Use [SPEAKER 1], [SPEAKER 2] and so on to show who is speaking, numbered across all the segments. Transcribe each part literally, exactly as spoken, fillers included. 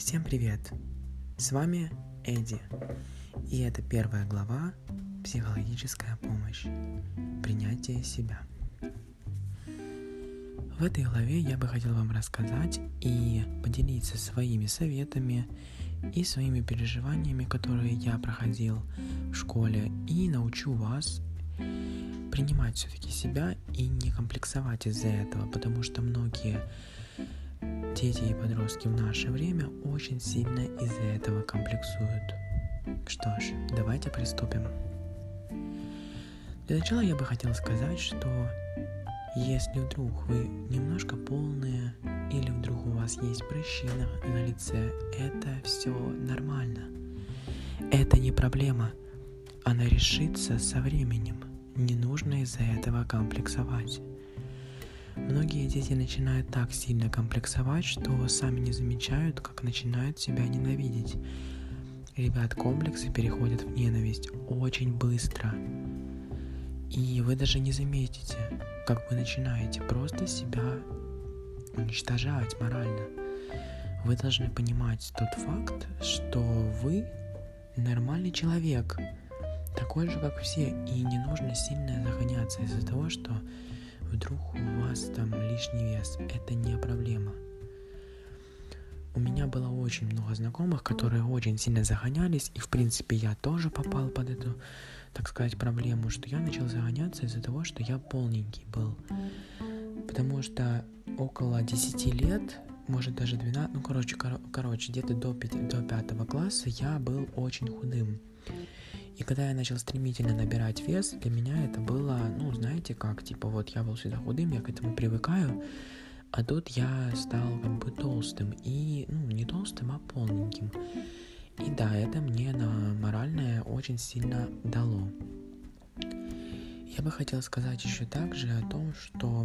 [SPEAKER 1] Всем привет! С вами Эдди, и это первая глава «Психологическая помощь. Принятие себя». В этой главе я бы хотел вам рассказать и поделиться своими советами и своими переживаниями, которые я проходил в школе, и научу вас принимать все-таки себя и не комплексовать из-за этого, потому что многие дети и подростки в наше время очень сильно из-за этого комплексуют. Что ж, давайте приступим. Для начала я бы хотел сказать, что если вдруг вы немножко полные или вдруг у вас есть прыщи на, на лице, это все нормально. Это не проблема. Она решится со временем. Не нужно из-за этого комплексовать. Многие дети начинают так сильно комплексовать, что сами не замечают, как начинают себя ненавидеть. Ребят, комплексы переходят в ненависть очень быстро. И вы даже не заметите, как вы начинаете просто себя уничтожать морально. Вы должны понимать тот факт, что вы нормальный человек, такой же, как все, и не нужно сильно загоняться из-за того, что вдруг у вас там лишний вес. Это не проблема. У меня было очень много знакомых, которые очень сильно загонялись, и в принципе я тоже попал под эту, так сказать, проблему, что я начал загоняться из-за того, что я полненький был. Потому что около десяти лет, может даже двенадцать, ну короче, кор- короче где-то до, пяти, до пятого класса я был очень худым. И когда я начал стремительно набирать вес, для меня это было, ну, знаете как, типа вот я был всегда худым, я к этому привыкаю, а тут я стал как бы толстым, и, ну, не толстым, а полненьким. И да, это мне на моральное очень сильно дало. Я бы хотел сказать еще также о том, что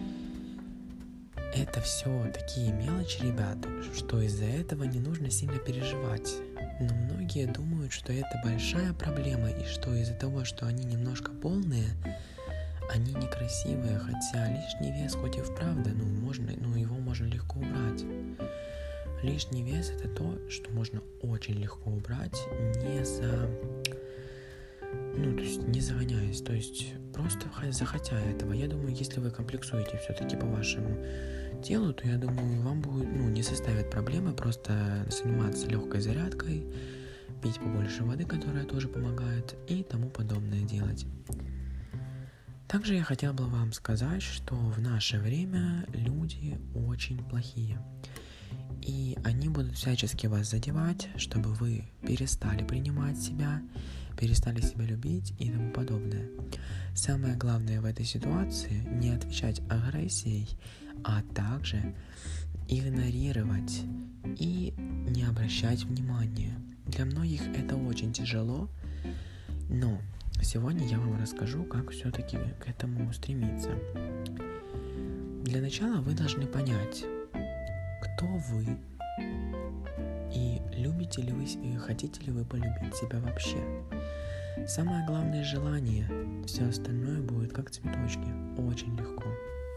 [SPEAKER 1] это все такие мелочи, ребята, что из-за этого не нужно сильно переживать. Но многие думают, что это большая проблема, и что из-за того, что они немножко полные, они некрасивые, хотя лишний вес хоть и вправду, ну, можно, ну, его можно легко убрать. Лишний вес — это то, что можно очень легко убрать, не за... Ну, то есть не загоняясь, то есть просто захотя этого. Я думаю, если вы комплексуете все-таки по вашему телу, то я думаю, вам будет, ну, не составит проблемы просто заниматься легкой зарядкой, пить побольше воды, которая тоже помогает, и тому подобное делать. Также я хотел бы вам сказать, что в наше время люди очень плохие. И они будут всячески вас задевать, чтобы вы перестали принимать себя, перестали себя любить и тому подобное. Самое главное в этой ситуации — не отвечать агрессией, а также игнорировать и не обращать внимания. Для многих это очень тяжело, но сегодня я вам расскажу, как все-таки к этому стремиться. Для начала вы должны понять, кто вы и любите ли вы, и хотите ли вы полюбить себя вообще. Самое главное — желание, все остальное будет как цветочки, очень легко.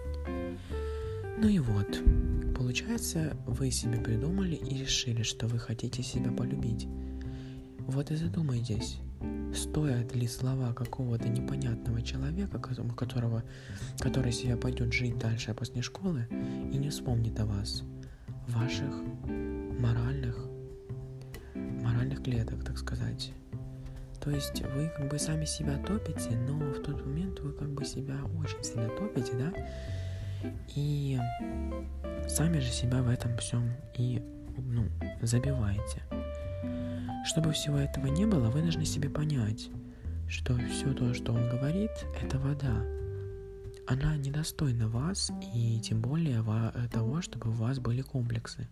[SPEAKER 1] Ну и вот, получается, вы себе придумали и решили, что вы хотите себя полюбить. Вот и задумайтесь, стоят ли слова какого-то непонятного человека, которого, который себя пойдет жить дальше после школы и не вспомнит о вас, ваших моральных, моральных клеток, так сказать. То есть вы как бы сами себя топите, но в тот момент вы как бы себя очень сильно топите, да? И сами же себя в этом всем и, ну, забиваете. Чтобы всего этого не было, вы должны себе понять, что все то, что он говорит, это вода. Она недостойна вас, и тем более того, чтобы у вас были комплексы.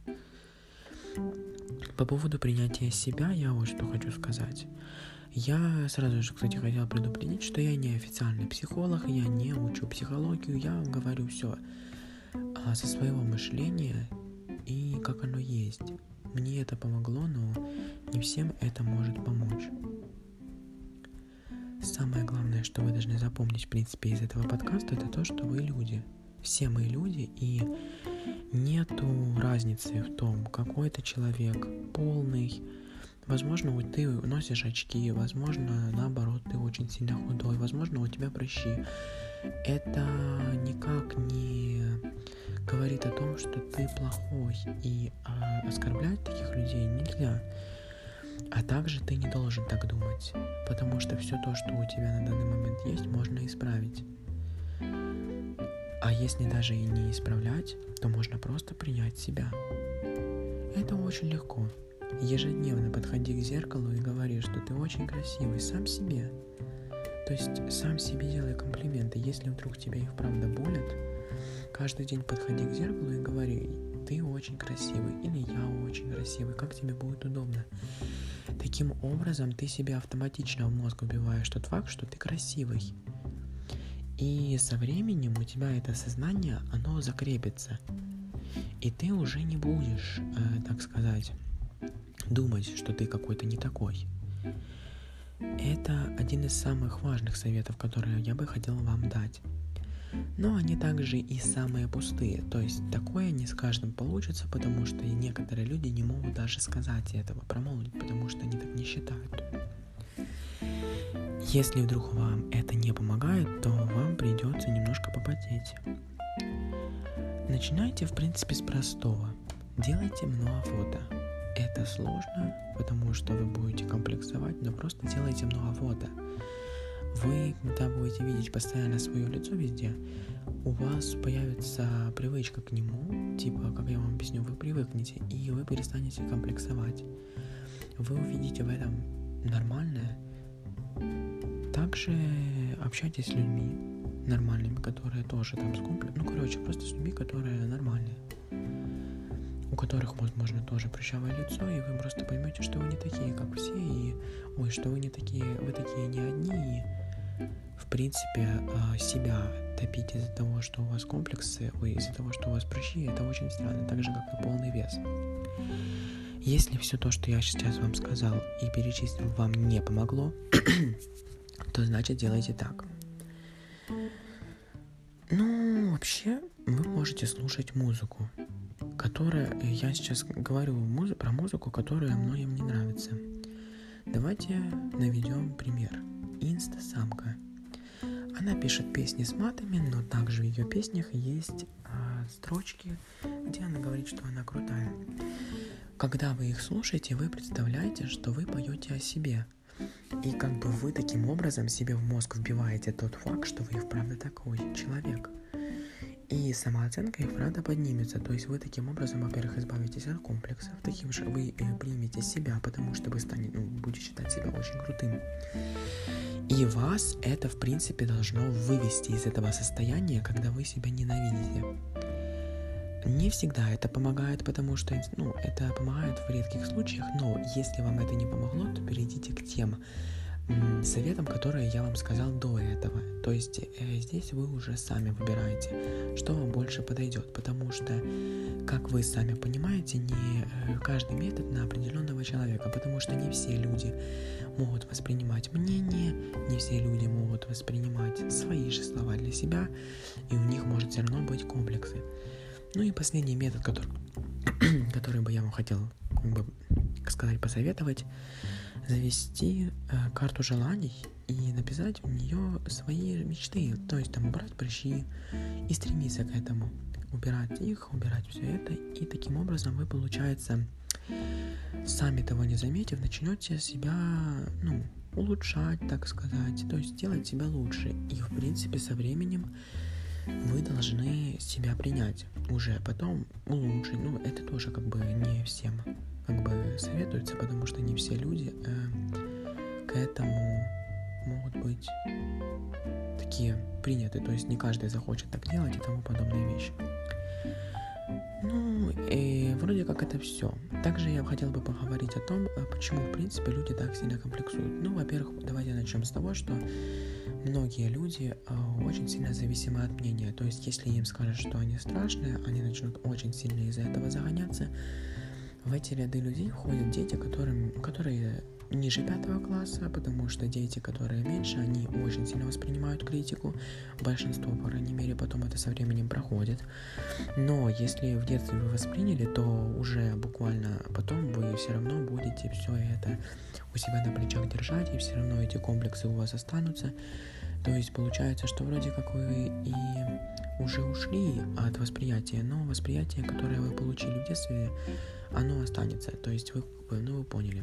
[SPEAKER 1] По поводу принятия себя я вот что хочу сказать. Я сразу же, кстати, хотел предупредить, что я не официальный психолог, я не учу психологию, я говорю все со своего мышления и как оно есть. Мне это помогло, но не всем это может помочь. Самое главное, что вы должны запомнить, в принципе, из этого подкаста, это то, что вы люди. Все мы люди, и Нету разницы в том, какой ты человек, полный. Возможно, вот ты носишь очки, возможно, наоборот, ты очень сильно худой, возможно, у тебя прыщи. Это никак не говорит о том, что ты плохой, и а, оскорблять таких людей нельзя. А также ты не должен так думать, потому что все то, что у тебя на данный момент есть, можно исправить. А если даже и не исправлять, то можно просто принять себя. Это очень легко. Ежедневно подходи к зеркалу и говори, что ты очень красивый сам себе. То есть сам себе делай комплименты. Если вдруг тебя и вправду болят, каждый день подходи к зеркалу и говори: ты очень красивый, или я очень красивый, как тебе будет удобно. Таким образом ты себе автоматично в мозг вбиваешь тот факт, что ты красивый. И со временем у тебя это сознание, оно закрепится. И ты уже не будешь, э, так сказать, думать, что ты какой-то не такой. Это один из самых важных советов, которые я бы хотел вам дать. Но они также и самые пустые. То есть такое не с каждым получится, потому что некоторые люди не могут даже сказать этого, промолвить, потому что они так не считают. Если вдруг вам это не помогает, то вам придется немножко попотеть. Начинайте, в принципе, с простого. Делайте много фото. Это сложно, потому что вы будете комплексовать, но просто делайте много фото. Вы, когда будете видеть постоянно свое лицо везде, у вас появится привычка к нему, типа, как я вам объясню, вы привыкнете, и вы перестанете комплексовать. Вы увидите в этом нормальное. Также общайтесь с людьми нормальными, которые тоже там с комплексом. Ну, короче, просто с людьми, которые нормальные, у которых, возможно, тоже прыщавое лицо, и вы просто поймете, что вы не такие, как все, и ой, что вы не такие, вы такие не одни, и в принципе себя топить из-за того, что у вас комплексы, ой, из-за того, что у вас прыщи, это очень странно, так же, как и полный вес. Если все то, что я сейчас вам сказал и перечислил, вам не помогло, то значит делайте так. Ну, вообще, вы можете слушать музыку, которая, я сейчас говорю муз- про музыку, которая многим не нравится. Давайте наведем пример. Инстасамка. Она пишет песни с матами, но также в ее песнях есть а, строчки, где она говорит, что она крутая. Когда вы их слушаете, вы представляете, что вы поете о себе. И как бы вы таким образом себе в мозг вбиваете тот факт, что вы и вправду такой человек. И самооценка и вправду поднимется. То есть вы таким образом, во-первых, избавитесь от комплексов. Таким же вы э, примете себя, потому что вы станете, ну, будете считать себя очень крутым. И вас это, в принципе, должно вывести из этого состояния, когда вы себя ненавидите. Не всегда это помогает, потому что, ну, это помогает в редких случаях, но если вам это не помогло, то перейдите к тем м, советам, которые я вам сказал до этого. То есть э, здесь вы уже сами выбираете, что вам больше подойдет, потому что, как вы сами понимаете, не э, каждый метод на определенного человека, потому что не все люди могут воспринимать мнение, не все люди могут воспринимать свои же слова для себя, и у них может все равно быть комплексы. Ну и последний метод, который, который бы я вам хотел, как бы сказать, посоветовать, завести э, карту желаний и написать в нее свои мечты, то есть там убрать прыщи и стремиться к этому, убирать их, убирать все это, и таким образом вы, получается, сами того не заметив, начнете себя, ну, улучшать, так сказать, то есть делать себя лучше, и в принципе со временем вы должны себя принять, уже потом улучшить. Ну, это тоже как бы не всем как бы советуется, потому что не все люди э, к этому могут быть такие приняты. То есть не каждый захочет так делать и тому подобные вещи. Ну, и вроде как это все. Также я хотел бы поговорить о том, почему, в принципе, люди так сильно комплексуют. Ну, во-первых, давайте начнем с того, что многие люди э, очень сильно зависимы от мнения. То есть, если им скажут, что они страшные, они начнут очень сильно из-за этого загоняться. В эти ряды людей входят дети, которым, которые ниже пятого класса, потому что дети, которые меньше, они очень сильно воспринимают критику. Большинство, по крайней мере, потом это со временем проходит. Но если в детстве вы восприняли, то уже буквально потом вы все равно будете все это у себя на плечах держать, и все равно эти комплексы у вас останутся. То есть получается, что вроде как вы и уже ушли от восприятия, но восприятие, которое вы получили в детстве, оно останется. То есть вы, ну, вы поняли.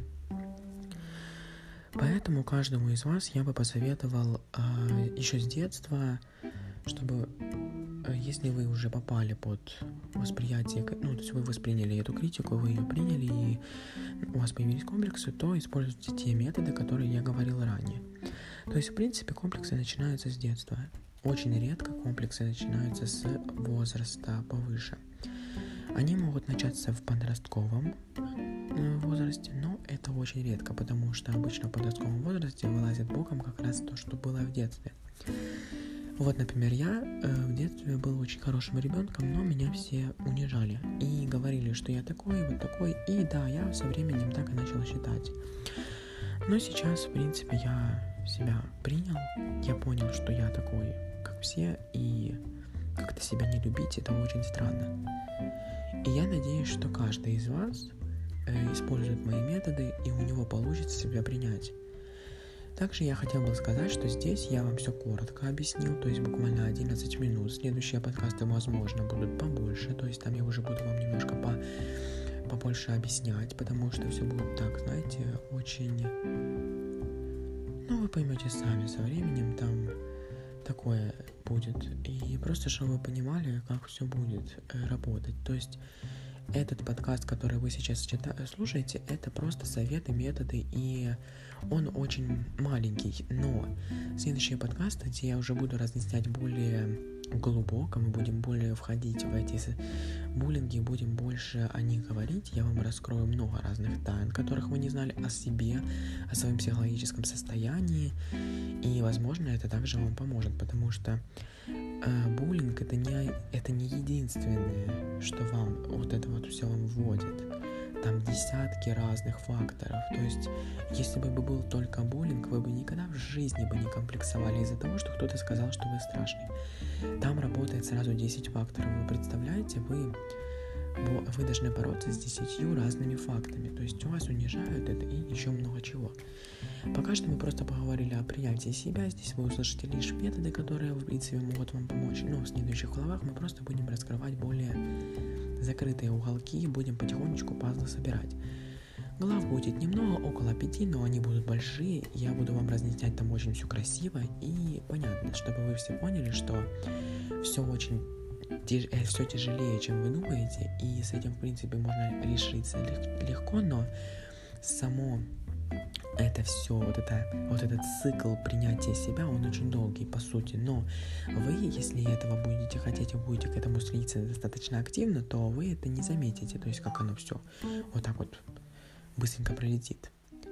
[SPEAKER 1] Поэтому каждому из вас я бы посоветовал э, еще с детства, чтобы, э, если вы уже попали под восприятие, ну, то есть вы восприняли эту критику, вы ее приняли, и у вас появились комплексы, то используйте те методы, которые я говорил ранее. То есть, в принципе, комплексы начинаются с детства. Очень редко комплексы начинаются с возраста повыше. Они могут начаться в подростковом возрасте, но это очень редко, потому что обычно в подростковом возрасте вылазит боком как раз то, что было в детстве. Вот, например, я э, в детстве был очень хорошим ребенком, но меня все унижали и говорили, что я такой, вот такой, и да, я со временем так и начал считать. Но сейчас, в принципе, я себя принял, я понял, что я такой, как все, и как-то себя не любить, это очень странно. И я надеюсь, что каждый из вас э, использует мои методы, и у него получится себя принять. Также я хотел бы сказать, что здесь я вам все коротко объяснил, то есть буквально одиннадцать минут. Следующие подкасты, возможно, будут побольше, то есть там я уже буду вам немножко по, побольше объяснять, потому что все будет так, знаете, очень... Ну, вы поймете сами, со временем там такое будет. И просто, чтобы вы понимали, как все будет э, работать. То есть этот подкаст, который вы сейчас чита- слушаете, это просто советы, методы, и он очень маленький. Но следующие подкасты, где я уже буду разъяснять более глубоко, мы будем более входить в эти буллинги, будем больше о них говорить, я вам раскрою много разных тайн, которых вы не знали о себе, о своем психологическом состоянии, и, возможно, это также вам поможет, потому что э, буллинг это не, это не единственное, что вам вот это вот все вам вводит. Там десятки разных факторов. То есть, если бы был только буллинг, вы бы никогда в жизни бы не комплексовали из-за того, что кто-то сказал, что вы страшный. Там работает сразу десять факторов. Вы представляете, вы, вы должны бороться с десятью разными фактами. То есть, у вас унижают это и еще много чего. Пока что мы просто поговорили о принятии себя. Здесь вы услышите лишь методы, которые, в принципе, могут вам помочь. Но в следующих главах мы просто будем раскрывать более закрытые уголки и будем потихонечку пазлы собирать. Глав будет немного, около пяти, но они будут большие. Я буду вам разъяснять там очень все красиво и понятно, чтобы вы все поняли, что все очень тяж... все тяжелее, чем вы думаете, и с этим, в принципе, можно решиться легко, но само это все, вот, это, вот этот цикл принятия себя, он очень долгий, по сути, но вы, если этого будете хотеть и будете к этому стремиться достаточно активно, то вы это не заметите, то есть как оно все вот так вот быстренько пролетит.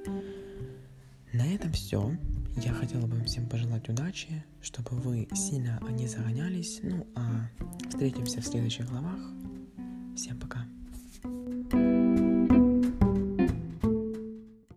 [SPEAKER 1] На этом все. Я хотела бы вам всем пожелать удачи, чтобы вы сильно не загонялись, ну а встретимся в следующих главах. Всем пока.